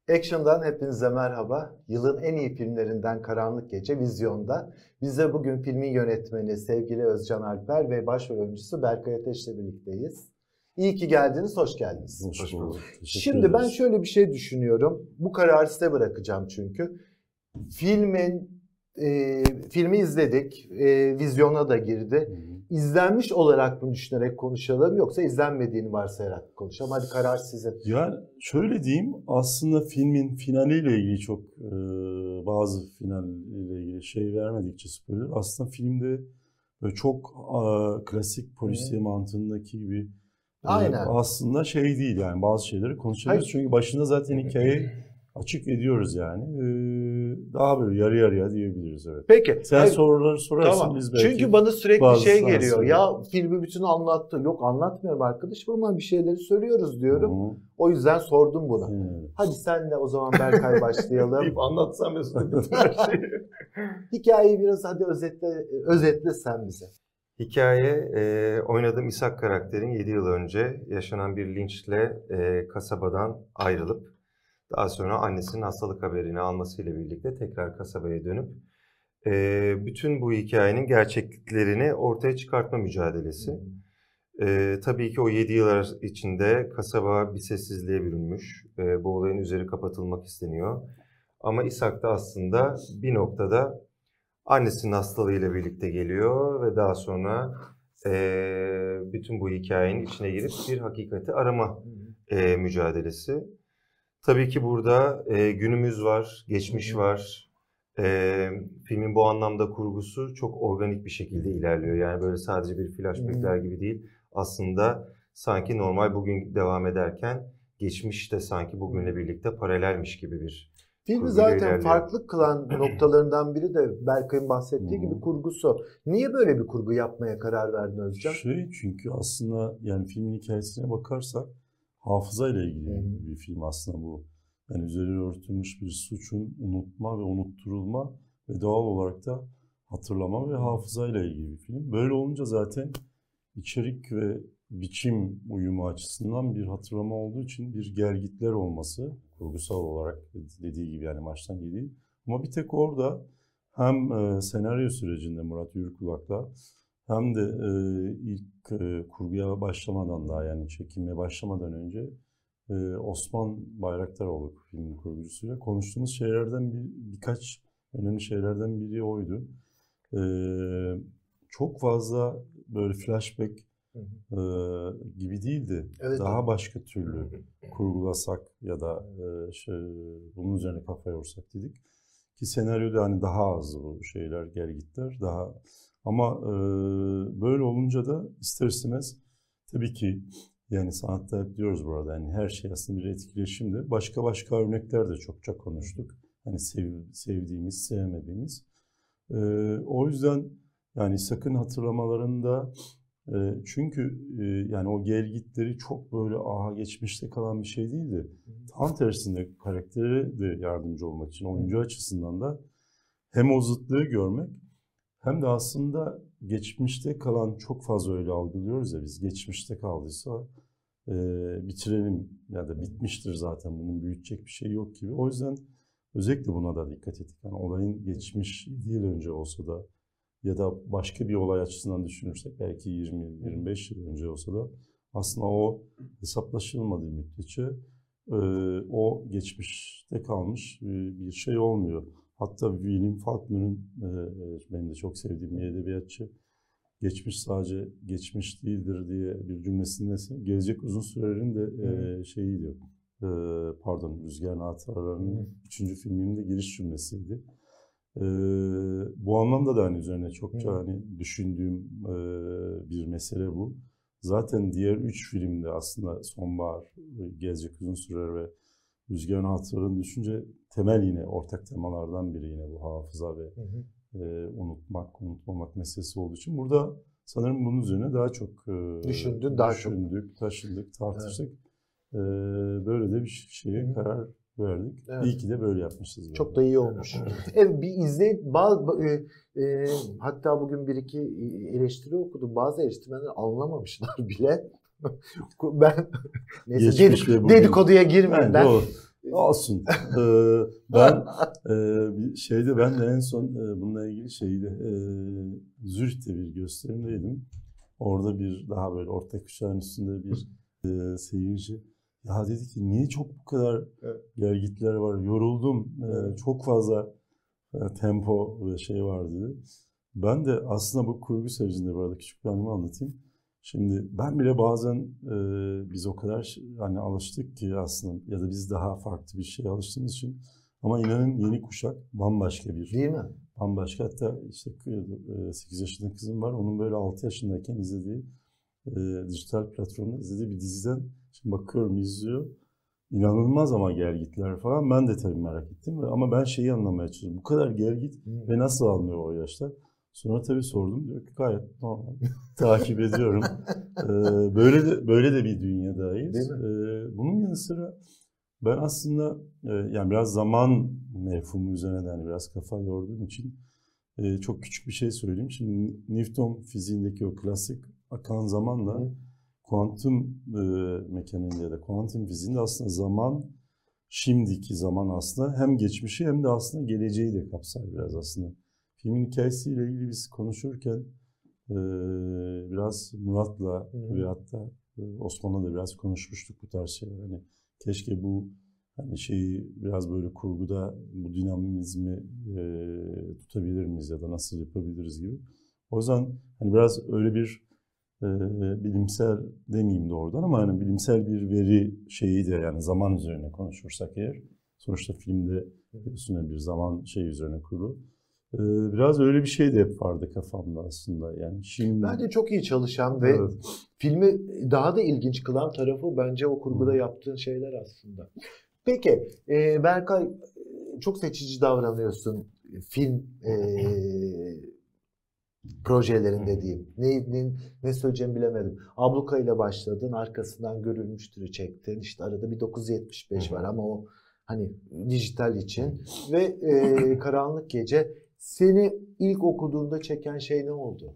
Action'dan hepinize merhaba. Yılın en iyi filmlerinden Karanlık Gece Vizyon'da. Bize bugün filmin yönetmeni sevgili Özcan Alper ve başrol oyuncusu Berkay Ateş'le birlikteyiz. İyi ki geldiniz, hoş geldiniz. Hoş bulduk. Şimdi ben şöyle bir şey düşünüyorum. Bu kararı size bırakacağım çünkü. Filmi izledik, vizyona da girdi. İzlenmiş olarak mı düşünerek konuşalım yoksa izlenmediğini varsayarak konuşalım? Hadi karar sizin. Yani şöyle diyeyim, aslında filmin finaliyle ilgili çok bazı finalle ilgili şey vermedikçe spoiler. Aslında filmde böyle çok klasik polisiye mantığındaki gibi aslında şey değil yani bazı şeyleri konuşabiliriz. Çünkü başında zaten hikayeyi açık ediyoruz yani. Daha böyle yarı yarıya diyebiliriz, evet. Peki. Sen soruları sorarsın, tamam. Biz belki. Çünkü bana sürekli şey geliyor. Ya filmi bütün anlattı. Yok, anlatmıyorum arkadaşım ama bir şeyleri söylüyoruz diyorum. O yüzden sordum bunu. Hadi senle o zaman Berkay başlayalım. Anlatsam mesela her şeyi. Hikayeyi biraz hadi özetle sen bize. Hikaye, oynadığım İshak karakterin 7 yıl önce yaşanan bir linçle kasabadan ayrılıp daha sonra annesinin hastalık haberini almasıyla birlikte tekrar kasabaya dönüp bütün bu hikayenin gerçekliklerini ortaya çıkartma mücadelesi. Tabii ki o 7 yıl içinde kasaba bir sessizliğe bürünmüş. Bu olayın üzeri kapatılmak isteniyor. Ama İshak da aslında bir noktada annesinin hastalığıyla birlikte geliyor ve daha sonra bütün bu hikayenin içine girip bir hakikati arama mücadelesi. Tabii ki burada günümüz var, geçmiş var. Filmin bu anlamda kurgusu çok organik bir şekilde ilerliyor. Yani böyle sadece bir flashbackler gibi değil. Aslında sanki normal bugün devam ederken geçmiş de sanki bugünle birlikte paralelmiş gibi bir filmi zaten farklı kılan noktalarından biri de Berkay'ın bahsettiği gibi kurgusu. Niye böyle bir kurgu yapmaya karar verdin Özcan? Çünkü aslında yani filmin hikayesine bakarsak hafızayla ilgili bir film aslında bu. Yani üzerine örtülmüş bir suçun unutma ve unutturulma ve doğal olarak da hatırlama ve hafızayla ilgili bir film. Böyle olunca zaten içerik ve biçim uyumu açısından bir hatırlama olduğu için bir gelgitler olması kurgusal olarak dediği gibi yani baştan geliyor. Ama bir tek orada hem senaryo sürecinde Murat Yürükulak'la hem de ilk kurguya başlamadan daha yani çekimeye başlamadan önce Osman Bayraktaroğlu filmin kurgucusuyla konuştuğumuz şeylerden birkaç önemli şeylerden biri oydu. Çok fazla böyle flashback gibi değildi. Evet, daha başka türlü kurgulasak ya da bunun üzerine kafa yorsak dedik. Ki senaryoda hani daha az bu şeyler, gelgitler daha. Ama böyle olunca da ister istemez tabii ki yani sanatta hep diyoruz burada yani her şey aslında bir etkileşimdi. Başka örnekler de çokça konuştuk. Hani sevdiğimiz, sevmediğimiz. O yüzden yani sakın hatırlamalarında çünkü yani o gelgitleri çok böyle geçmişte kalan bir şey değildi. Tam tersinde karaktere de yardımcı olmak için oyuncu açısından da hem o zıtlığı görmek hem de aslında geçmişte kalan çok fazla öyle algılıyoruz ya biz geçmişte kaldıysa bitirelim ya da bitmiştir zaten bunun büyütecek bir şey yok gibi. O yüzden özellikle buna da dikkat ettik. Yani olayın geçmiş 7 yıl önce olsa da ya da başka bir olay açısından düşünürsek belki 20-25 yıl önce olsa da aslında o hesaplaşılmadığı müddetçe o geçmişte kalmış bir şey olmuyor. Hatta William Faulkner'ın benim de çok sevdiğim bir edebiyatçı geçmiş sadece geçmiş değildir diye bir cümlesinde gelecek uzun sürelerin de şeyi diyor. Rüzgar'ın Hatıraları'nın 3. filminin de giriş cümlesiydi. Bu anlamda da hani üzerine çokça hani düşündüğüm bir mesele bu. Zaten diğer 3 filmde aslında Sonbahar, Gelecek Uzun Sürer ve Rüzgar'ın Hatıraları'nı düşünce temel yine ortak temalardan biri yine bu hafıza ve unutmamak meselesi olduğu için burada sanırım bunun üzerine daha çok düşündük, taşındık, tartıştık. Evet. Böyle de bir şeye karar verdik. Evet. İyi ki de böyle yapmışız. Çok da iyi olmuş. Evet, bir izleyip hatta bugün bir iki eleştiri okudum. Bazı eleştirmenler anlamamışlar bile. Ben neyse dedikoduya girmeyeyim ben. Olsun. Ben ben de en son bununla ilgili Zürih'te bir gösterimdeydim. Orada bir daha böyle orta kuşağın üstünde bir seyirci ya dedi ki niye çok bu kadar gelgitler var, yoruldum, çok fazla tempo ve var dedi. Ben de aslında bu kurgu sürecinde bu arada küçük bir anımı anlatayım. Şimdi ben bile bazen biz o kadar hani alıştık ki aslında ya da biz daha farklı bir şeye alıştığımız için ama inanın yeni kuşak bambaşka bir. Değil mi? Bambaşka. Hatta işte 8 yaşında kızım var. Onun böyle 6 yaşındayken izlediği dijital platformda izlediği bir diziden şimdi bakıyorum izliyor. İnanılmaz ama gelgitler falan. Ben de tabii merak ettim ama ben şeyi anlamaya çalışıyorum. Bu kadar gelgit ve nasıl anlıyor o yaşta? Sonra tabii sordum. Diyor ki gayet normal. Takip ediyorum. Böyle de bir dünyadayız. Bunun yanı sıra ben aslında yani biraz zaman mefhumu üzerine de hani biraz kafa yorduğum için çok küçük bir şey söyleyeyim. Şimdi Newton fiziğindeki o klasik akan zamanla kuantum mekaniğinde ya da kuantum fiziğinde aslında zaman, şimdiki zaman aslında hem geçmişi hem de aslında geleceği de kapsar biraz aslında. Filmin hikayesiyle ilgili biz konuşurken biraz Murat'la ve hatta Osman'la da biraz konuşmuştuk bu tarz şeyler. Hani keşke bu hani biraz böyle kurguda bu dinamizmi tutabilir miyiz ya da nasıl yapabiliriz gibi. O yüzden hani biraz öyle bir bilimsel demeyeyim doğrudan ama hani bilimsel bir veri de yani zaman üzerine konuşursak eğer sonuçta filmde üstüne bir zaman üzerine kurulu. Biraz öyle bir şey de hep vardı kafamda aslında. Yani şimdi bence çok iyi çalışan ve filmi daha da ilginç kılan tarafı bence o kurguda yaptığın şeyler aslında. Peki Berkay çok seçici davranıyorsun film projelerinde diyeyim. Ne söyleyeceğimi bilemedim. Abluka ile başladın, arkasından Görülmüştür'ü çektin. İşte arada bir 975 var ama o hani dijital için ve Karanlık Gece. Seni ilk okuduğunda çeken şey ne oldu?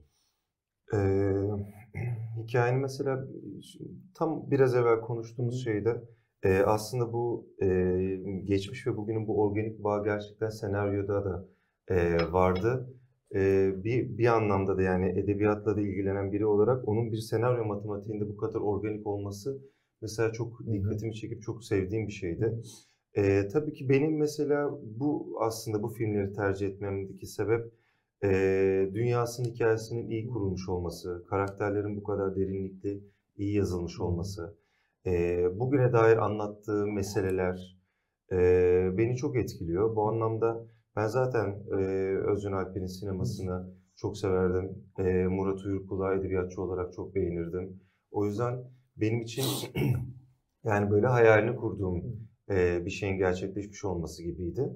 Hikayenin mesela tam biraz evvel konuştuğumuz şeyde aslında bu geçmiş ve bugünün bu organik bağ gerçekten senaryoda da vardı. Bir anlamda da yani edebiyatla da ilgilenen biri olarak onun bir senaryo matematiğinde bu kadar organik olması mesela çok dikkatimi çekip çok sevdiğim bir şeydi. Tabii ki benim mesela bu aslında bu filmleri tercih etmemdeki sebep dünyasının hikayesinin iyi kurulmuş olması, karakterlerin bu kadar derinlikli, iyi yazılmış olması, bugüne dair anlattığı meseleler beni çok etkiliyor. Bu anlamda ben zaten Özcan Alper'in sinemasını çok severdim. Murat Uyurkul'u edebiyatçı olarak çok beğenirdim. O yüzden benim için yani böyle hayalini kurduğum bir şeyin gerçekleşmiş olması gibiydi.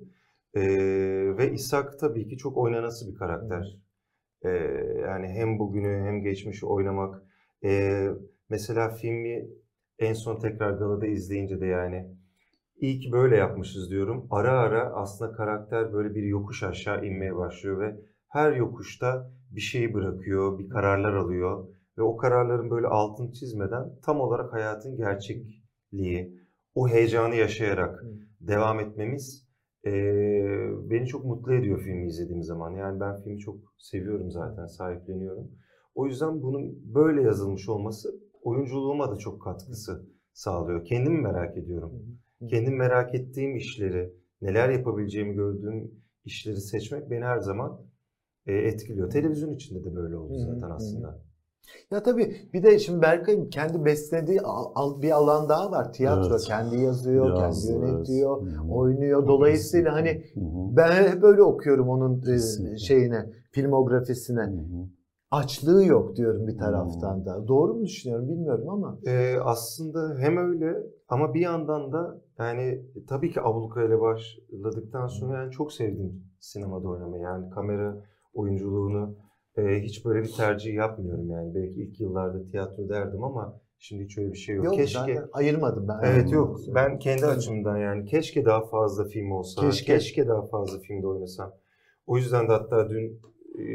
Ve İshak tabii ki çok oynanası bir karakter. Yani hem bugünü hem geçmişi oynamak. Mesela filmi en son tekrar galada izleyince de yani iyi ki böyle yapmışız diyorum. Ara ara aslında karakter böyle bir yokuş aşağı inmeye başlıyor ve her yokuşta bir şey bırakıyor, bir kararlar alıyor. Ve o kararların böyle altını çizmeden tam olarak hayatın gerçekliği, o heyecanı yaşayarak devam etmemiz beni çok mutlu ediyor filmi izlediğim zaman. Yani ben filmi çok seviyorum zaten, sahipleniyorum. O yüzden bunun böyle yazılmış olması oyunculuğuma da çok katkısı sağlıyor. Kendimi merak ediyorum. Kendim merak ettiğim işleri, neler yapabileceğimi gördüğüm işleri seçmek beni her zaman etkiliyor. Televizyon içinde de böyle oldu zaten aslında. Ya tabii bir de şimdi Berkay'ın kendi beslediği bir alan daha var. Tiyatro. Evet. Kendi yazıyor, kendi yönetiyor, oynuyor. Dolayısıyla hani ben hep böyle okuyorum onun filmografisine. Açlığı yok diyorum bir taraftan da. Doğru mu düşünüyorum bilmiyorum ama. Aslında hem öyle ama bir yandan da yani tabii ki Abluka ile başladıktan sonra yani çok sevdim sinemada oynamayı. Yani kamera oyunculuğunu hiç böyle bir tercih yapmıyorum yani. Belki ilk yıllarda tiyatro derdim ama şimdi hiç öyle bir şey yok. Yok zaten ayırmadım ben. Evet yok. Ben kendi açımdan yani keşke daha fazla film olsa. Keşke daha fazla filmde oynasam. O yüzden de hatta dün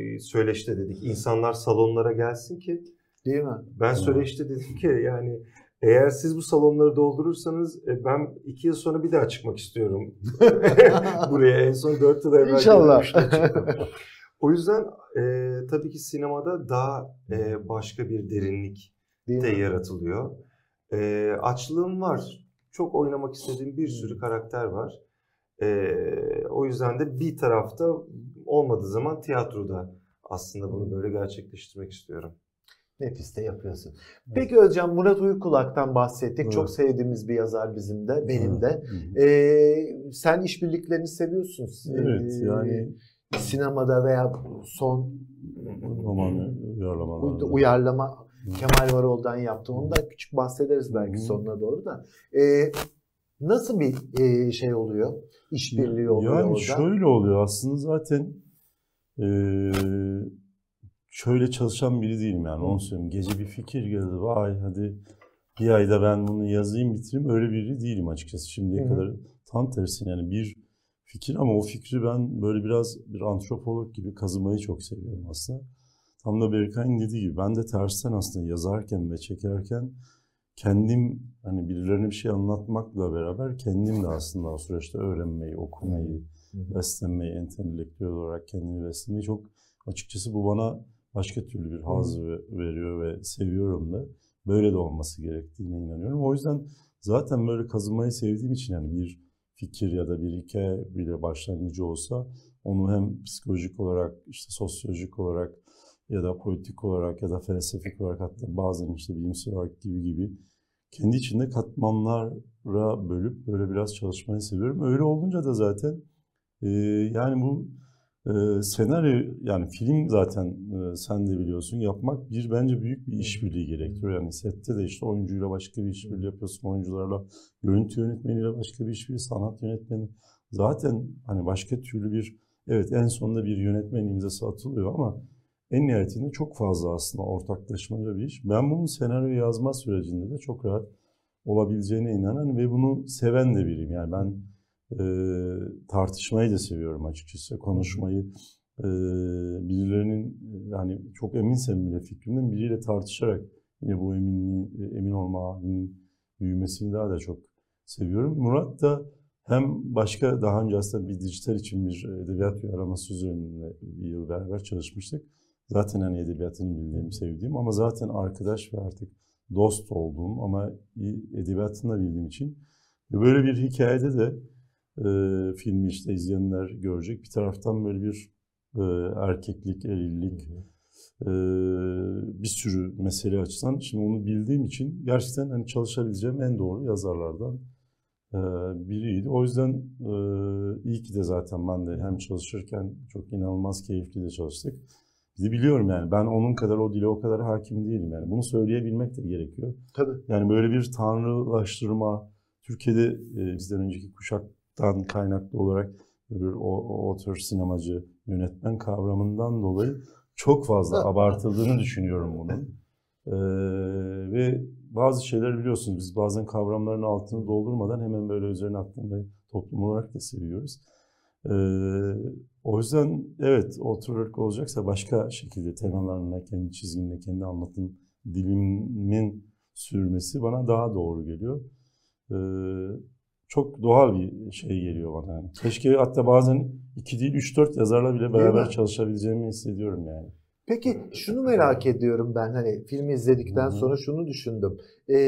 söyleşte dedik. İnsanlar salonlara gelsin ki. Değil mi? Ben söyleşte dedim ki yani Eğer siz bu salonları doldurursanız ben 2 yıl sonra bir daha çıkmak istiyorum. Buraya en son 4 yıl evvel İnşallah. çıktım. O yüzden tabii ki sinemada daha başka bir derinlik de yaratılıyor. Açlığım var. Çok oynamak istediğim bir sürü karakter var. O yüzden de bir tarafta olmadığı zaman tiyatroda aslında bunu böyle gerçekleştirmek istiyorum. Nefis de yapıyorsun. Peki Özcan, Murat Uykulak'tan bahsettik. Evet. Çok sevdiğimiz bir yazar bizim de, benim de. Sen işbirliklerini seviyorsun. Evet, yani sinemada veya son roman uyarlama Kemal Varol'dan yaptı. Onu da küçük bahsederiz belki sonuna doğru da. Nasıl bir şey oluyor? İşbirliği oluyor yani orada? Şöyle oluyor aslında, zaten şöyle çalışan biri değilim yani, onu söyleyeyim. Gece bir fikir geldi, vay hadi bir ayda ben bunu yazayım bitireyim, öyle biri değilim açıkçası şimdiye kadar. Tam tersine yani bir fikir, ama o fikri ben böyle biraz bir antropolog gibi kazımayı çok seviyorum aslında. Tam da Berkay'ın dediği gibi ben de tersten aslında yazarken ve çekerken kendim, hani birilerine bir şey anlatmakla beraber kendim de aslında o süreçte öğrenmeyi, okumayı, beslenmeyi, entelektüel olarak kendimi beslemeyi çok, açıkçası bu bana başka türlü bir haz veriyor ve seviyorum da. Böyle de olması gerektiğine inanıyorum. O yüzden zaten böyle kazımayı sevdiğim için, yani bir fikir ya da bir hikaye bile başlangıcı olsa onu hem psikolojik olarak, işte sosyolojik olarak ya da politik olarak ya da felsefik olarak, hatta bazen işte bilimsel olarak gibi kendi içinde katmanlara bölüp böyle biraz çalışmayı seviyorum. Öyle olunca da zaten yani bu senaryo, yani film zaten sen de biliyorsun, yapmak bence büyük bir işbirliği gerektiriyor. Yani sette de işte oyuncuyla başka bir işbirliği yapıyorsun, oyuncularla, görüntü yönetmeniyle başka bir işbirliği, sanat yönetmeni. Zaten hani başka türlü bir, evet en sonunda bir yönetmen imzası atılıyor ama en nihayetinde çok fazla aslında ortaklaşmaca bir iş. Ben bunun senaryo yazma sürecinde de çok rahat olabileceğine inanan ve bunu seven de biriyim. Yani ben tartışmayı da seviyorum açıkçası. Konuşmayı, birilerinin, yani çok eminsem bile fikrimden, biriyle tartışarak yine bu emin olma halinin büyümesini daha da çok seviyorum. Murat da hem başka, daha önce aslında bir dijital için bir edebiyat uyarlaması üzerine bir yıl beraber çalışmıştık. Zaten hani edebiyatını bildiğim, sevdiğim ama zaten arkadaş ve artık dost olduğum ama edebiyatını da bildiğim için böyle bir hikayede de filmi işte izleyenler görecek. Bir taraftan böyle bir erkeklik, erillik, bir sürü mesele açısından. Şimdi onu bildiğim için gerçekten hani çalışabileceğim en doğru yazarlardan biriydi. O yüzden iyi ki de zaten ben de hem çalışırken çok inanılmaz keyifli de çalıştık. Bizi biliyorum yani, ben onun kadar o dile o kadar hakim değilim yani. Bunu söyleyebilmek de gerekiyor. Tabii. Yani böyle bir tanrılaştırma, Türkiye'de bizden önceki kuşaktan kaynaklı olarak bir author, sinemacı, yönetmen kavramından dolayı çok fazla abartıldığını düşünüyorum bunun. Ve bazı şeyler biliyorsunuz, biz bazen kavramların altını doldurmadan hemen böyle üzerine atlamayı toplum olarak da seviyoruz. O yüzden evet, authorluk olacaksa başka şekilde temalarına, kendi çizgimle, kendi anlatım dilimin sürmesi bana daha doğru geliyor. Çok doğal bir şey geliyor bana yani. Keşke hatta bazen 2 değil 3-4 yazarla bile beraber çalışabileceğimi hissediyorum yani. Peki şunu merak ediyorum ben, hani filmi izledikten sonra şunu düşündüm.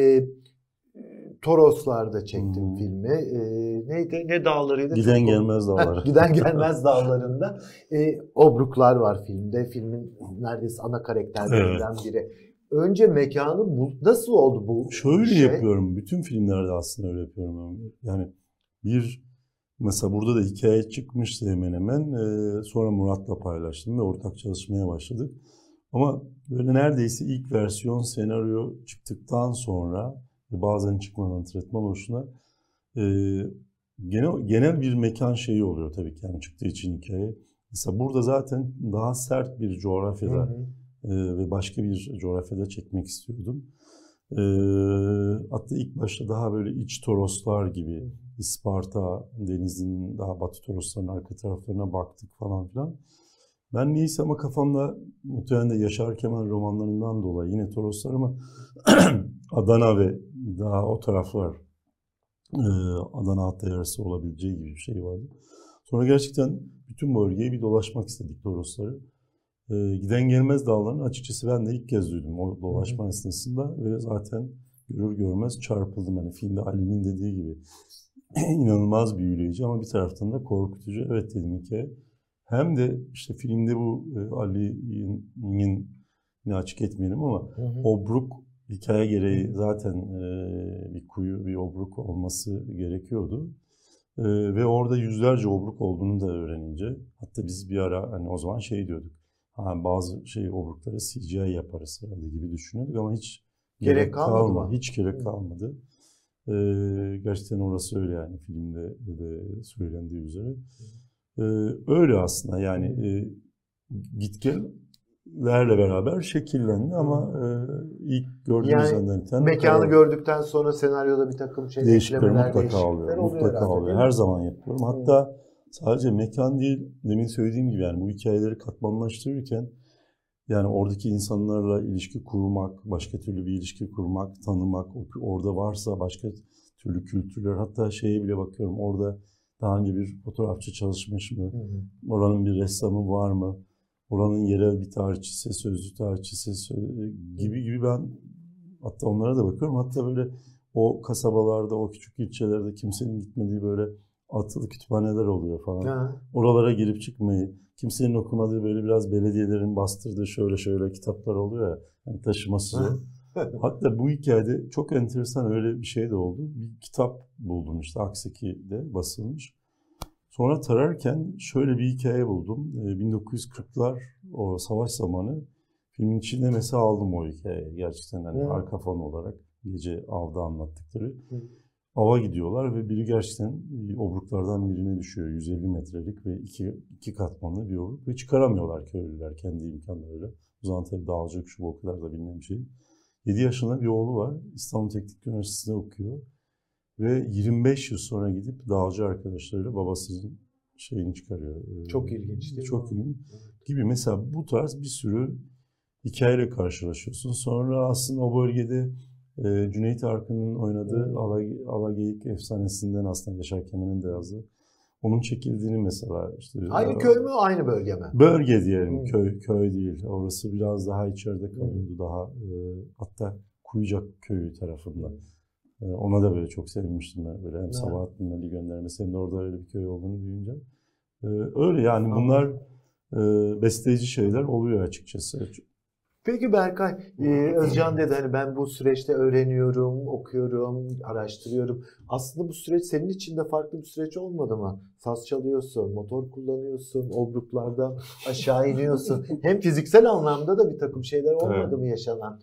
Toroslar'da çektim filmi. Neydi? Ne dağlarıydı? Giden Gelmez Dağları. Giden Gelmez Dağları'nda. Obruklar var filmde. Filmin neredeyse ana karakterlerinden biri. Önce mekanı nasıl oldu bu Şöyle şey? yapıyorum. Bütün filmlerde aslında öyle yapıyorum. Yani mesela burada da hikaye çıkmıştı hemen hemen. Sonra Murat'la paylaştım ve ortak çalışmaya başladık. Ama böyle neredeyse ilk versiyon senaryo çıktıktan sonra, bazen çıkmadan tretman hoşuna, genel bir mekan şeyi oluyor tabii ki yani çıktığı için hikaye. Mesela burada zaten daha sert bir coğrafyada ve başka bir coğrafyada çekmek istiyordum. Hatta ilk başta daha böyle iç Toroslar gibi, Isparta, denizin daha batı Torosların arka taraflarına baktık falan filan. Ben neyse ama kafamda muhtemelen de Yaşar Kemal romanlarından dolayı yine Toroslar ama Adana ve daha o taraflar Adana hatta yarısı olabileceği gibi bir şey vardı. Sonra gerçekten bütün bu bölgeyi bir dolaşmak istedik Torosları. Giden Gelmez dağlarını açıkçası ben de ilk kez duydum o dolaşma esnasında ve zaten görür görmez çarpıldım. Hani filmde Ali'nin dediği gibi inanılmaz büyüleyici ama bir taraftan da korkutucu. Evet dedim hikaye. Hem de işte filmde bu Ali'nin ne açık etmeyelim ama obruk hikaye gereği zaten bir kuyu, bir obruk olması gerekiyordu. Ve orada yüzlerce obruk olduğunu da öğrenince hatta biz bir ara hani o zaman şey diyorduk. Bazı obrukları CGI yaparız herhalde gibi düşünüyorduk ama hiç gerek kalmadı. Hiç gerek kalmadı. Gerçekten orası öyle yani filmde de söylendiği üzere. Öyle aslında yani gitgellerle beraber şekillendi ama ilk gördüğümüz andan mekanı gördükten sonra senaryoda bir takım değişiklikler mutlaka oluyor. Mutlaka oluyor. Her zaman yapıyorum. Hatta sadece mekan değil, demin söylediğim gibi yani bu hikayeleri katmanlaştırırken yani oradaki insanlarla ilişki kurmak, başka türlü bir ilişki kurmak, tanımak, orada varsa başka türlü kültürler, hatta şeye bile bakıyorum, orada daha önce bir fotoğrafçı çalışmış mı, oranın bir ressamı var mı, oranın yerel bir tarihçisi, sözlü tarihçisi gibi ben hatta onlara da bakıyorum. Hatta böyle o kasabalarda, o küçük ilçelerde kimsenin gitmediği böyle atılı kütüphaneler oluyor falan. Oralara girip çıkmayı, kimsenin okumadığı böyle biraz belediyelerin bastırdığı şöyle kitaplar oluyor ya, yani taşıması zor. Hatta bu hikayede çok enteresan öyle bir şey de oldu. Bir kitap buldum işte Akseki'de basılmış. Sonra tararken şöyle bir hikaye buldum. 1940'lar o savaş zamanı filmin içinde mesela aldım o hikayeyi. Gerçekten hani arka fon olarak gece avda anlattıkları. Ava gidiyorlar ve biri gerçekten obruklardan birine düşüyor. 150 metrelik ve iki katmanlı bir obruk ve çıkaramıyorlar köylüler kendi imkanlarıyla. O zaman tabii dağcılık şu o kadar da bilinen bir şey. 7 yaşında bir oğlu var. İstanbul Teknik Üniversitesi'nde okuyor. Ve 25 yıl sonra gidip dağcı arkadaşlarıyla babasının şeyini çıkarıyor. Çok ilginç değil mi? Çok ilginç. Gibi mesela bu tarz bir sürü hikayeyle karşılaşıyorsun. Sonra aslında o bölgede Cüneyt Arkın'ın oynadığı Alageyik efsanesinden aslında Yaşar Kemal'in de yazdığı. Onun çekildiğini mesela işte... Aynı köy mü, aynı bölge mi? Bölge diyelim, köy değil. Orası biraz daha içeride kalıyordu, daha hatta Kuyucak köyü tarafında. Ona da böyle çok sevinmiştim ben böyle hem Sabahattin Ali göndermesi hem de orada öyle bir köy olduğunu duyunca. Öyle yani bunlar besleyici şeyler oluyor açıkçası. Peki Berkay, Özcan dedi hani ben bu süreçte öğreniyorum, okuyorum, araştırıyorum. Aslında bu süreç senin için de farklı bir süreç olmadı mı? Saz çalıyorsun, motor kullanıyorsun, obruklardan aşağı iniyorsun. Hem fiziksel anlamda da bir takım şeyler olmadı mı yaşanan?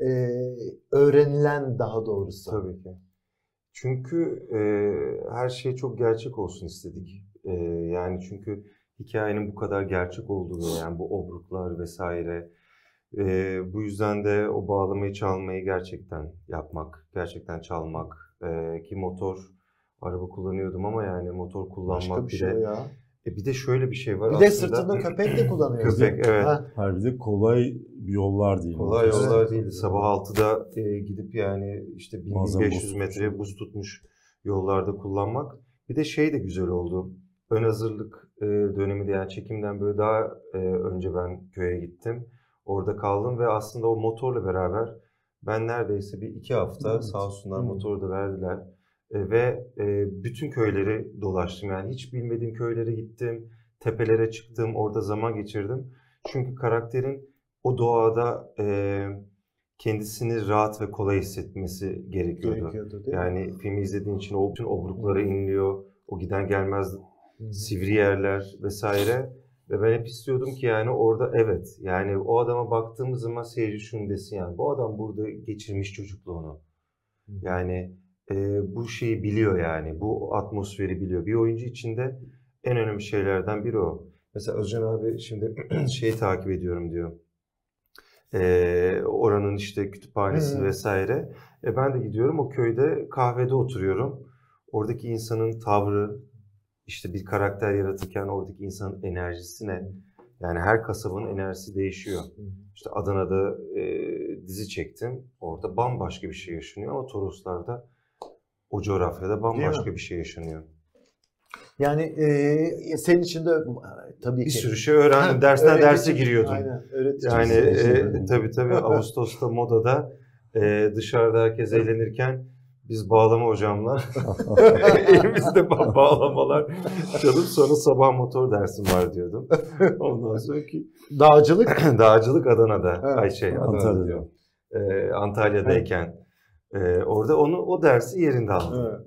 Öğrenilen daha doğrusu. Tabii ki. Çünkü her şey çok gerçek olsun istedik. Yani çünkü hikayenin bu kadar gerçek olduğunu, yani bu obruklar vesaire... bu yüzden de o bağlamayı çalmayı gerçekten yapmak, gerçekten çalmak. Ki araba kullanıyordum ama yani motor kullanmak başka bir şey ya. Bir de şöyle bir şey var bir aslında. Bir de sırtında köpek de kullanıyorsun. Köpek, evet. Harbide kolay yollar değil. Kolay yollar değildi. Sabah 6'da gidip yani işte 1500 metre buz tutmuş yollarda kullanmak. Bir de şey de güzel oldu. Ön hazırlık döneminde yani çekimden böyle daha önce ben köye gittim. Orada kaldım ve aslında o motorla beraber ben neredeyse bir 2 hafta sağ olsunlar motoru da verdiler. Ve bütün köyleri dolaştım. Yani hiç bilmediğim köylere gittim, tepelere çıktım, orada zaman geçirdim. Çünkü karakterin o doğada kendisini rahat ve kolay hissetmesi gerekiyordu. Yani filmi izlediğin için o bütün obruklara iniliyor, o giden gelmez sivri yerler vesaire. Ve ben hep istiyordum ki yani orada evet yani o adama baktığımız zaman seyirci şunu desin yani bu adam burada geçirmiş çocukluğunu. Yani bu şeyi biliyor yani bu atmosferi biliyor. Bir oyuncu için de en önemli şeylerden biri o. Mesela Özcan abi şimdi şeyi takip ediyorum diyor. Oranın işte kütüphanesini vesaire. Ben de gidiyorum o köyde kahvede oturuyorum. Oradaki insanın tavrı, İşte bir karakter yaratırken oradaki insanın enerjisine Yani her kasabanın enerjisi değişiyor. İşte Adana'da dizi çektim. Orada bambaşka bir şey yaşanıyor ama Toroslar'da o coğrafyada bambaşka bir şey yaşanıyor. Yani senin için de tabii ki. Bir sürü şey öğrendim. Dersten derse giriyordum. Aynen, öğretici. Yani tabii Ağustos'ta modada dışarıda herkes eğlenirken biz bağlama hocamla elimizde bağlamalar çalıp sonra sabah motor dersim var diyordum. Ondan sonra ki dağcılık Adana'da. Adana'da diyorum. Antalya'dayken orada o dersi yerinde aldım.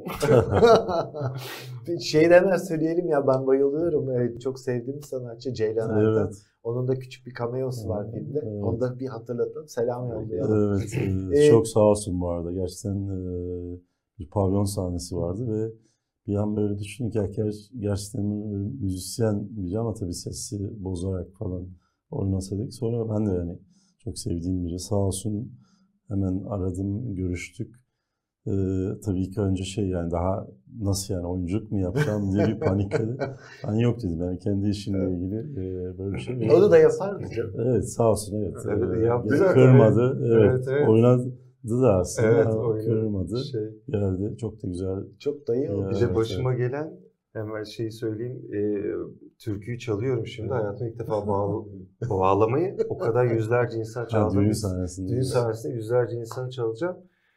Hemen söyleyelim ya, ben bayılıyorum. Çok sevdiğim sanatçı Ceylan Ertem. Evet. Onun da küçük bir cameo'su var filmde. Evet. Onu da bir hatırlatalım. Selam yollayalım. Evet. Çok sağ olsun bu arada. Gerçekten bir pavyon sahnesi vardı ve bir an böyle düşündüm ki gerçekten müzisyen biri ama tabii sesi bozarak falan oynasaydık. Sonra ben de yani çok sevdiğim biri. Sağ olsun hemen aradım, görüştük. Tabii ki önce yani daha nasıl yani oyunculuk mu yapacağım diye bir panikledi. Ben yok dedim yani kendi işimle ilgili böyle bir şey. Onu da yapardı canım. Evet sağ olsun evet. Yaptı kırmadı. Evet. Oynadı da aslında. Evet, kırmadı. Geldi. Çok da güzel. Çok da iyi oldu. Bir de başıma gelen hemen şeyi söyleyeyim. Türküyü çalıyorum şimdi. Hayatımda ilk defa bağlamayı o kadar yüzlerce insan çaldım. Düğün sahnesinde yüzlerce insanı çalacağım.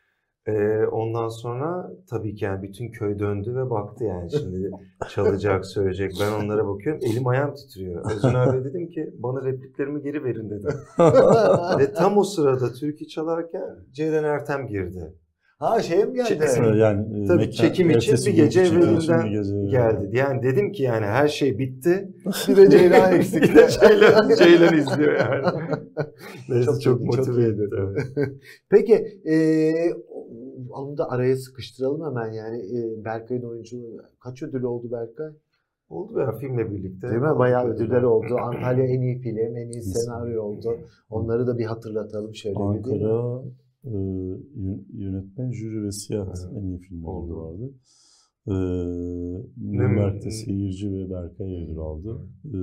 Ondan sonra tabii ki yani bütün köy döndü ve baktı yani şimdi çalacak, söyleyecek. Ben onlara bakıyorum. Elim ayağım titriyor. Özgün abi dedim ki bana repliklerimi geri verin dedim. Ve tam o sırada türkü çalarken Ceylan Ertem girdi. Mi geldi? Yani tabii çekim için bir gece evvelinden geldi. Yani dedim ki yani her şey bitti. Bir de Ceylan eksik. Bir de Ceylan izliyor yani. Neyse çok motive etti. Peki onu da araya sıkıştıralım hemen yani. Berkay'ın oyunculuğu kaç ödül oldu Berkay? Oldu ya filmle birlikte. Değil mi? Bayağı ödüller oldu. Antalya en iyi film, en iyi senaryo oldu. Onları da bir hatırlatalım şöyle. Ankara yönetmen, jüri ve siyah en iyi film ödülü vardı. Nürnberg'de seyirci ve Berkay ödül aldı.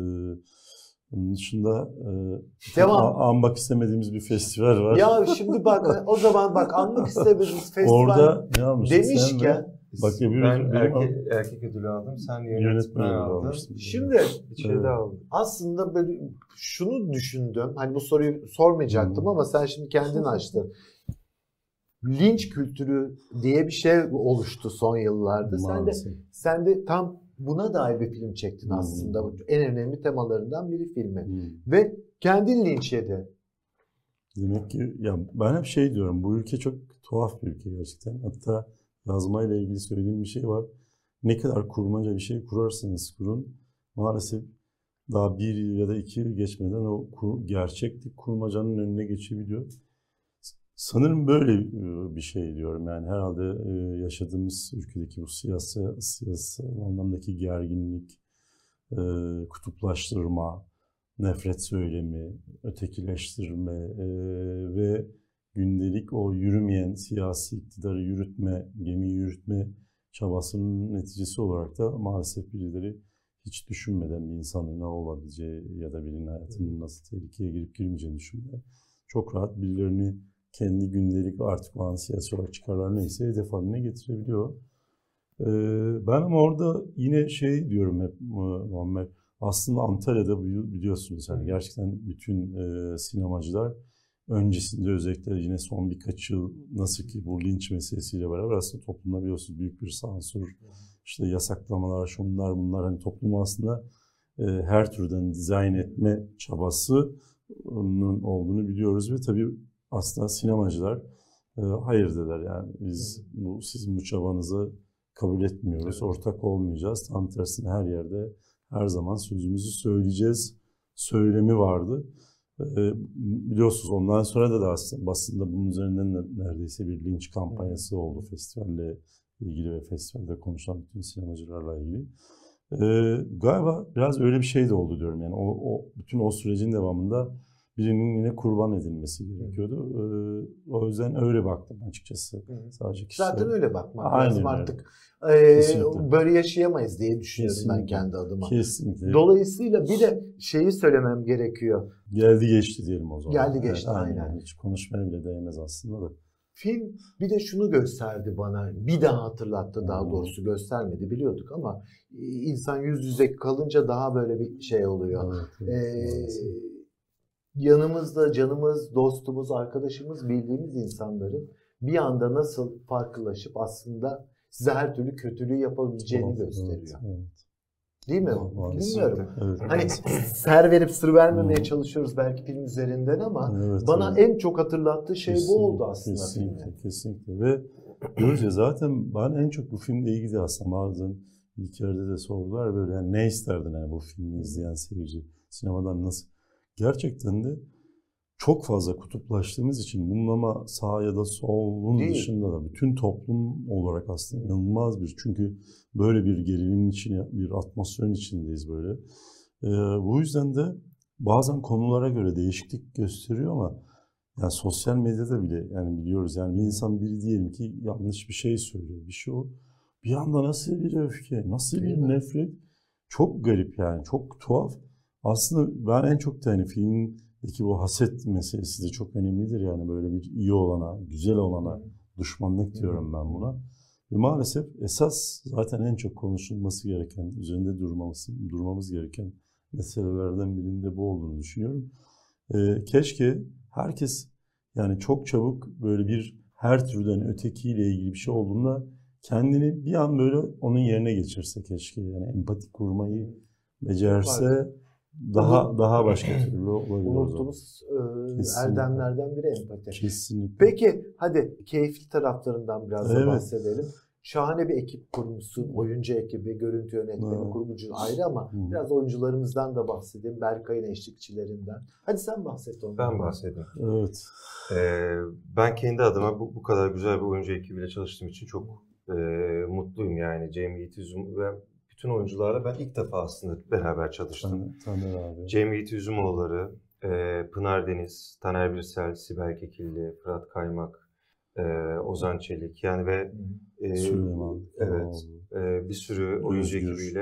Onun dışında anmak istemediğimiz bir festival var. Ya şimdi bak o zaman anmak istemediğimiz festival orada ne almıştın demişken ben erkek ödülü aldım. Sen yönetmen aldın. Şimdi içeride aldım. Aslında böyle şunu düşündüm. Hani bu soruyu sormayacaktım ama sen şimdi kendin açtın. Linç kültürü diye bir şey oluştu son yıllarda. Sen de tam buna dair bir film çektin aslında. En önemli temalarından biri filmi. Ve kendin linç yedi. Demek ki ya ben hep diyorum, bu ülke çok tuhaf bir ülke gerçekten. Hatta yazmayla ilgili söylediğim bir şey var. Ne kadar kurmaca bir şey kurarsanız kurun, maalesef daha 1 yıl ya da 2 yıl geçmeden o gerçeklik kurmacanın önüne geçebiliyor. Sanırım böyle bir şey diyorum yani herhalde yaşadığımız ülkedeki bu siyasi anlamdaki gerginlik, kutuplaştırma, nefret söylemi, ötekileştirme ve gündelik o yürümeyen siyasi iktidarı gemiyi yürütme çabasının neticesi olarak da maalesef birileri hiç düşünmeden bir insanın ne olabileceği ya da birinin hayatının nasıl tehlikeye girip girmeyeceğini düşünmeden çok rahat birilerini kendi gündelik artık o an siyasi olarak çıkarlar neyse hedef haline getirebiliyor. Ben ama orada yine diyorum hep Muammer, aslında Antalya'da biliyorsunuz yani gerçekten bütün sinemacılar öncesinde özellikle yine son birkaç yıl nasıl ki bu linç meselesiyle beraber aslında toplumda biliyorsunuz büyük bir sansür, işte yasaklamalar, şunlar bunlar hani toplumu aslında her türden dizayn etme çabasının olduğunu biliyoruz ve tabii aslında sinemacılar hayır dediler yani biz sizin bu çabanızı kabul etmiyoruz, evet. Ortak olmayacağız. Tam tersine her yerde her zaman sözümüzü söyleyeceğiz söylemi vardı. Biliyorsunuz ondan sonra da aslında basında bunun üzerinden de neredeyse bir linç kampanyası oldu festivalle ilgili ve festivalde konuşulan bütün sinemacılarla ilgili. Galiba biraz öyle bir şey de oldu diyorum yani bütün o sürecin devamında birinin yine kurban edilmesi gerekiyordu. O yüzden öyle baktım açıkçası. Sadece kişisel. Zaten öyle bakmak Aynen lazım öyle. artık. Böyle yaşayamayız diye düşünüyorum Kesinlikle. ben kendi adıma. Kesinlikle. Dolayısıyla bir de şeyi söylemem gerekiyor. Geldi geçti diyelim o zaman. Geldi geçti, aynen. Hiç konuşmaya bile değmez aslında da. Film bir de şunu gösterdi bana, bir daha hatırlattı, daha doğrusu göstermedi, biliyorduk ama insan yüz yüze kalınca daha böyle bir şey oluyor. Evet. Yanımızda canımız, dostumuz, arkadaşımız bildiğimiz insanların bir anda nasıl farklılaşıp aslında size her türlü kötülüğü yapabileceğini gösteriyor. Evet. Değil mi? Maalesef. Bilmiyorum. Evet. Hani ser verip sır vermemeye çalışıyoruz belki film üzerinden ama bana en çok hatırlattığı şey bu oldu aslında. Kesinlikle. Ve diyoruz ya zaten ben en çok bu filmle ilgili aslında bazen ilk yerde de sordular böyle yani ne isterdin yani bu filmi izleyen seyirci sinemadan nasıl? Gerçekten de çok fazla kutuplaştığımız için bunun ama sağ ya da solun dışında da bütün toplum olarak aslında inanılmaz bir çünkü böyle bir gerilimin içine bir atmosferin içindeyiz böyle. Bu yüzden de bazen konulara göre değişiklik gösteriyor ama yani sosyal medyada bile yani biliyoruz yani bir insan biri diyelim ki yanlış bir şey söylüyor bir şey o bir anda nasıl bir öfke nasıl bir nefret çok garip yani çok tuhaf. Aslında ben en çok da hani filmdeki bu haset meselesi de çok önemlidir yani böyle bir iyi olana, güzel olana düşmanlık diyorum ben buna. Ve maalesef esas zaten en çok konuşulması gereken, üzerinde durmamız gereken meselelerden birinde bu olduğunu düşünüyorum. Keşke herkes yani çok çabuk böyle bir her türden ötekiyle ilgili bir şey olduğunda kendini bir an böyle onun yerine geçirse keşke yani empati kurmayı becerse. Daha başka türlü olabilir. Unuttuğumuz erdemlerden biri empati. Kesinlikle. Peki hadi keyifli taraflarından biraz da bahsedelim. Şahane bir ekip kurmuşsun. Oyuncu ekibi, görüntü yönetmeni, kurgucu ayrı ama biraz oyuncularımızdan da bahsedeyim. Berkay'ın eşlikçilerinden. Hadi sen bahset ondan. Ben bahsedeyim. Evet. Ben kendi adıma bu kadar güzel bir oyuncu ekibiyle çalıştığım için çok mutluyum yani. Cem Yiğit Üzüm ve bütün oyuncularla ben ilk defa aslında beraber çalıştım. Cem Yiğit Üzümoğulları, Pınar Deniz, Taner Birsel, Sibel Kekilli, Fırat Kaymak, Ozan Çelik yani ve Süleyman. Bir sürü oyuncu ekibiyle.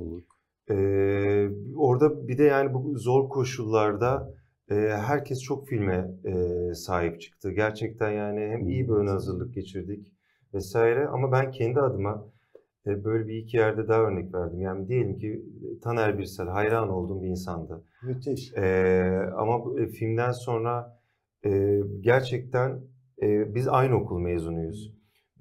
Cem Orada bir de yani bu zor koşullarda herkes çok filme sahip çıktı. Gerçekten yani hem iyi bir ön hazırlık geçirdik vesaire ama ben kendi adıma böyle bir iki yerde daha örnek verdim. Yani diyelim ki Taner Birsel hayran olduğum bir insandı. Müthiş. Ama filmden sonra gerçekten biz aynı okul mezunuyuz.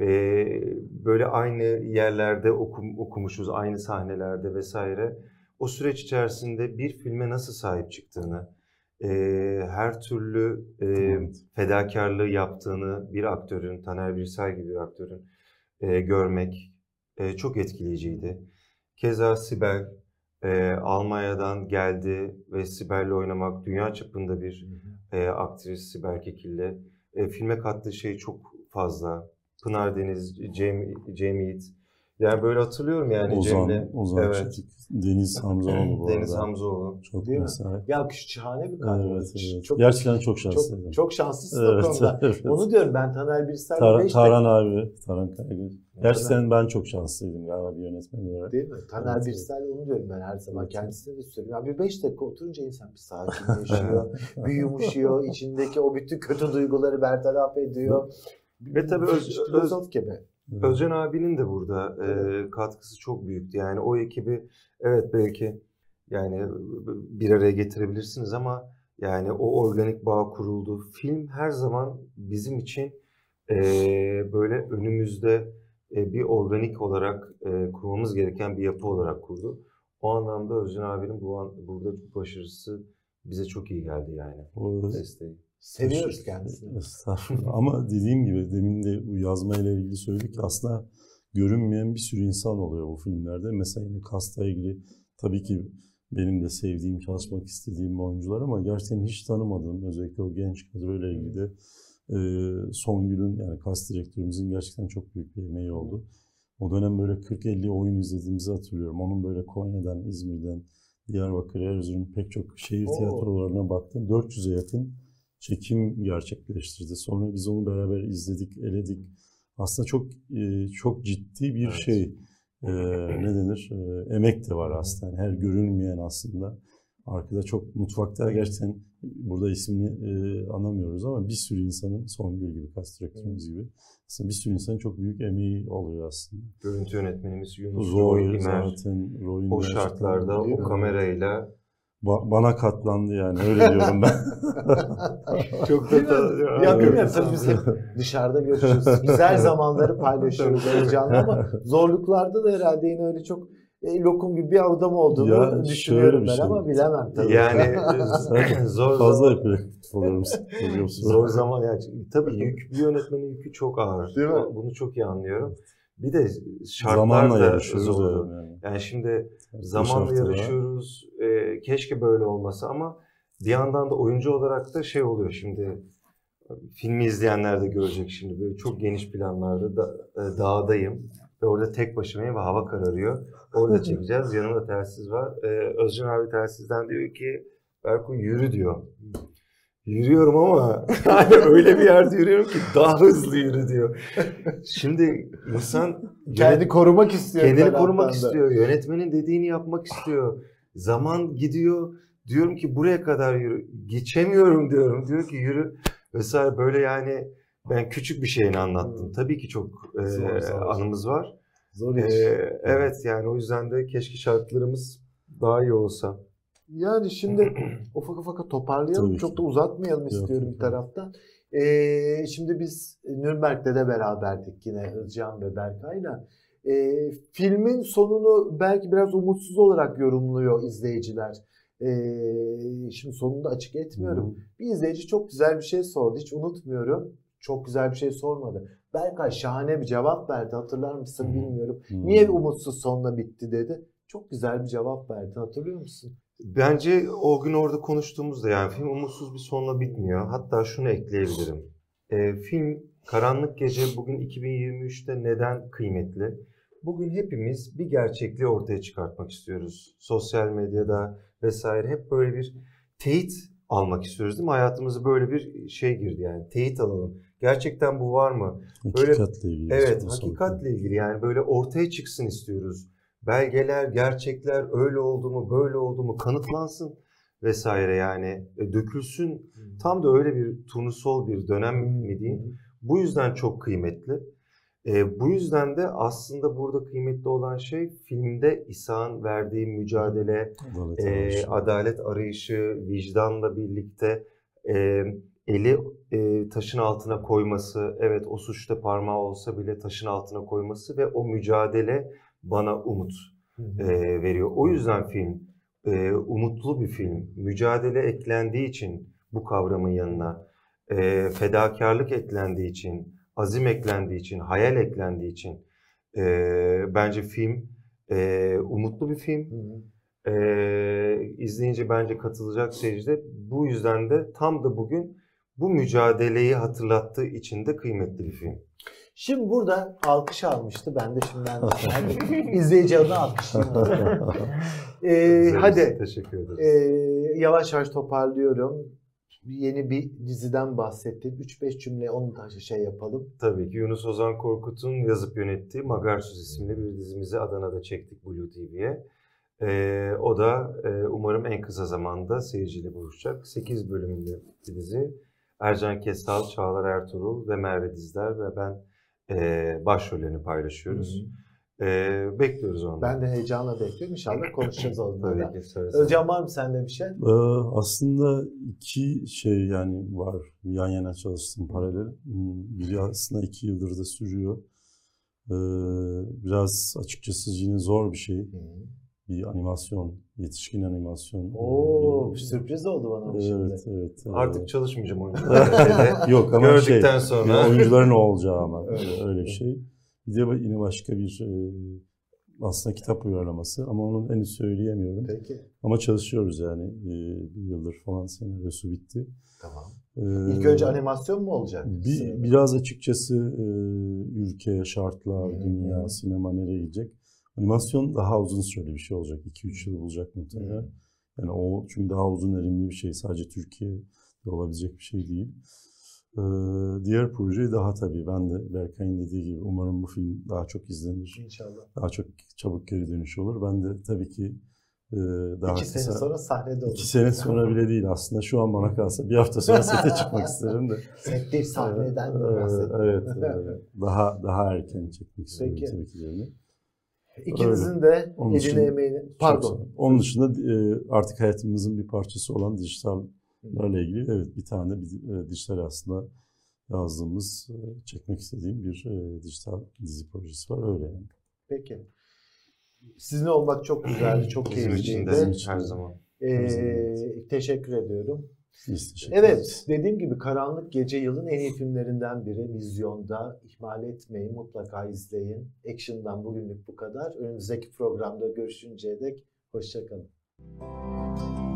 Böyle aynı yerlerde okumuşuz, aynı sahnelerde vesaire. O süreç içerisinde bir filme nasıl sahip çıktığını, her türlü fedakarlığı yaptığını bir aktörün, Taner Birsel gibi bir aktörün görmek çok etkileyiciydi. Keza Sibel Almanya'dan geldi ve Sibel'le oynamak dünya çapında bir aktris Sibel Kekilli. Filme kattığı şey çok fazla. Pınar Deniz, Cem Yiğit. Yani böyle hatırlıyorum yani Ozan Çelik, Deniz Hamzoğlu bu arada. Deniz Hamzoğlu. Çok mesela. Ya şahane bir kadro. Evet. Gerçekten çok şanslıydım. Çok şanslısın o konuda. Evet. Onu diyorum ben Taner Birsel'le Tarhan abi, Tarhan Kaygı. Gerçekten ben çok şanslıydım galiba bir yönetmen olarak. Değil mi? Taner Birsel onu diyorum ben her zaman kendisine de söylüyorum. Ya bir 5 dakika oturunca insan bir sakinleşiyor, bir yumuşuyor, içindeki o bütün kötü duyguları bertaraf ediyor. Ve tabii filozof gibi. Özcan abinin de burada katkısı çok büyüktü. Yani o ekibi evet belki yani bir araya getirebilirsiniz ama yani o organik bağ kuruldu. Film her zaman bizim için böyle önümüzde bir organik olarak kurmamız gereken bir yapı olarak kurdu. O anlamda Özcan abinin burada başarısı bize çok iyi geldi yani. Desteği. Seviyoruz kendisini. Estağfurullah. Ama dediğim gibi demin de bu yazmayla ilgili söyledik ki aslında görünmeyen bir sürü insan oluyor bu filmlerde. Mesela yine cast'la ilgili tabii ki benim de sevdiğim, çalışmak istediğim oyuncular ama gerçekten hiç tanımadığım özellikle o genç kadroyla ilgili de Songül'ün yani cast direktörümüzün gerçekten çok büyük bir emeği oldu. O dönem böyle 40-50 oyun izlediğimizi hatırlıyorum. Onun böyle Konya'dan, İzmir'den Diyarbakır, Erzurum pek çok şehir tiyatrolarına baktım. 400'e yakın çekim gerçekleştirdi. Sonra biz onu beraber izledik, eledik. Aslında çok ciddi bir şey. Ne denir? Emek de var aslında. Yani her görünmeyen aslında. Arkada çok mutfakta gerçekten burada ismini anlamıyoruz ama bir sürü insanın, Songül gibi, kas direktörümüz gibi aslında bir sürü insanın çok büyük emeği oluyor aslında. Görüntü yönetmenimiz Yunus Roy zaten o şartlarda o kamerayla bana katlandı yani, öyle diyorum ben. Çok da ya bilmiyorum, tabii biz hep dışarıda görüşüyoruz. Güzel zamanları paylaşıyoruz heyecanla ama zorluklarda da herhalde yine öyle çok lokum gibi bir adam olduğunu ya düşünüyorum ben ama bilemem tabii. Yani zor fazla oluyorum. Zor zaman yani tabii bir yönetmenin yükü çok ağır. Değil mi? Bunu çok iyi anlıyorum. Bir de şartlar da zor. Yani şimdi zamanla yarışıyoruz. Keşke böyle olmasa ama bir yandan da oyuncu olarak da şey oluyor şimdi. Filmi izleyenler de görecek şimdi. Böyle çok geniş planlarda dağdayım. Ve orada tek başımayım ve hava kararıyor. Orada çekeceğiz. Yanımda telsiz var. Özcan abi telsizden diyor ki Berku yürü diyor. Yürüyorum ama hani öyle bir yerde yürüyorum ki daha hızlı yürü diyor. Şimdi insan kendini korumak istiyor. Kendini korumak istiyor. Yönetmenin dediğini yapmak istiyor. Zaman gidiyor. Diyorum ki buraya kadar yürü. Geçemiyorum diyorum. Diyor ki yürü vesaire böyle yani. Ben küçük bir şeyini anlattım. Tabii ki çok anımız var. Zor iş. Evet yani o yüzden de keşke şartlarımız daha iyi olsa. Yani şimdi ufak toparlayalım. Çok da uzatmayalım istiyorum bir taraftan. Şimdi biz Nürnberg'de de beraberdik yine Özcan ve Berkay'la. Filmin sonunu belki biraz umutsuz olarak yorumluyor izleyiciler. Şimdi sonunu da açık etmiyorum. Bir izleyici çok güzel bir şey sordu. Hiç unutmuyorum. Çok güzel bir şey sormadı. Berkay şahane bir cevap verdi. Hatırlar mısın bilmiyorum. Niye umutsuz sonla bitti dedi. Çok güzel bir cevap verdi. Hatırlıyor musun? Bence o gün orada konuştuğumuzda yani film umutsuz bir sonla bitmiyor. Hatta şunu ekleyebilirim. Film Karanlık Gece bugün 2023'te neden kıymetli? Bugün hepimiz bir gerçekliği ortaya çıkartmak istiyoruz. Sosyal medyada vesaire hep böyle bir teyit almak istiyoruz değil mi? Hayatımıza böyle bir şey girdi yani. Teyit alalım. Gerçekten bu var mı? Böyle, hakikatle ilgili. Evet, hakikatle ilgili yani böyle ortaya çıksın istiyoruz. Belgeler, gerçekler öyle oldu mu, böyle oldu mu kanıtlansın vesaire yani dökülsün. Tam da öyle bir turnusol bir dönem mi diyeyim. Bu yüzden çok kıymetli. Bu yüzden de aslında burada kıymetli olan şey filmde İsa'nın verdiği mücadele, adalet arayışı, vicdanla birlikte eli taşın altına koyması, evet o suçta parmağı olsa bile taşın altına koyması ve o mücadele bana umut veriyor. O yüzden film umutlu bir film. Mücadele eklendiği için bu kavramın yanına, fedakarlık eklendiği için, azim eklendiği için, hayal eklendiği için bence film umutlu bir film. İzleyince bence katılacak seyirci. Bu yüzden de tam da bugün bu mücadeleyi hatırlattığı için de kıymetli bir film. Şimdi burada alkış almıştı. Ben de şimdi izleyici adına alkışlayayım. Hadi. Teşekkür ederiz. Yavaş yavaş toparlıyorum. Yeni bir diziden bahsettim. 3-5 cümle onu da yapalım. Tabii ki Yunus Ozan Korkut'un yazıp yönettiği Magarsuz isimli bir dizimizi Adana'da çektik Blue TV'ye. O da umarım en kısa zamanda seyirciyle buluşacak. 8 bölümlü bir dizi. Ercan Kesal, Çağlar Ertuğrul ve Merve Dizler ve ben başrollerini paylaşıyoruz. Bekliyoruz onu. Ben de heyecanla bekliyorum. İnşallah konuşacağız onlarla. Özcan var mı sende bir şey? Aslında iki şey yani var. Yan yana çalıştım paralel. Biri aslında 2 yıldır da sürüyor. Biraz açıkçası yine zor bir şey. Bir animasyon, yetişkin animasyon. Sürpriz oldu bana şimdi. Evet. Artık çalışmayacağım oyuncularla. Yok ama gördükten sonra. Oyuncuların olacağı ama öyle bir şey. Bir de yine başka bir aslında kitap uyarlaması ama onu henüz söyleyemiyorum. Peki. Ama çalışıyoruz yani. Bir yıldır falan senaryosu bitti. Tamam. İlk önce animasyon mu olacak? Biraz açıkçası ülke, şartlar, dünya, sinema nereye gidecek? Animasyon daha uzun süreli bir şey olacak. 2-3 yıl bulacak muhtemelen. Yani o çünkü daha uzun erimli bir şey. Sadece Türkiye'de olabilecek bir şey değil. Diğer proje daha tabii. Ben de Berkay'ın dediği gibi umarım bu film daha çok izlenir. İnşallah. Daha çok çabuk geri dönüş olur. Ben de tabii ki daha 2 sene sonra sahnede olur. 2 sene sonra bile değil aslında. Şu an bana kalsa bir hafta sonra sete çıkmak isterim de. Set değil, sahneden de bahsediyorum. Evet. Daha erken çekmek istiyorum tabii ki. İkinizin de eline emeğini... Pardon. Onun dışında artık hayatımızın bir parçası olan dijitallerle ilgili bir tane dijital aslında yazdığımız, çekmek istediğim bir dijital dizi projesi var. Öyle yani. Peki. Sizinle olmak çok güzeldi, çok keyifliydi. Bizim için her zaman. Teşekkür ediyorum. Evet, dediğim gibi Karanlık Gece yılın en iyi filmlerinden biri. Vizyonda. İhmal etmeyin, mutlaka izleyin. Action'dan bugünlük bu kadar. Önümüzdeki programda görüşünceye dek hoşça kalın.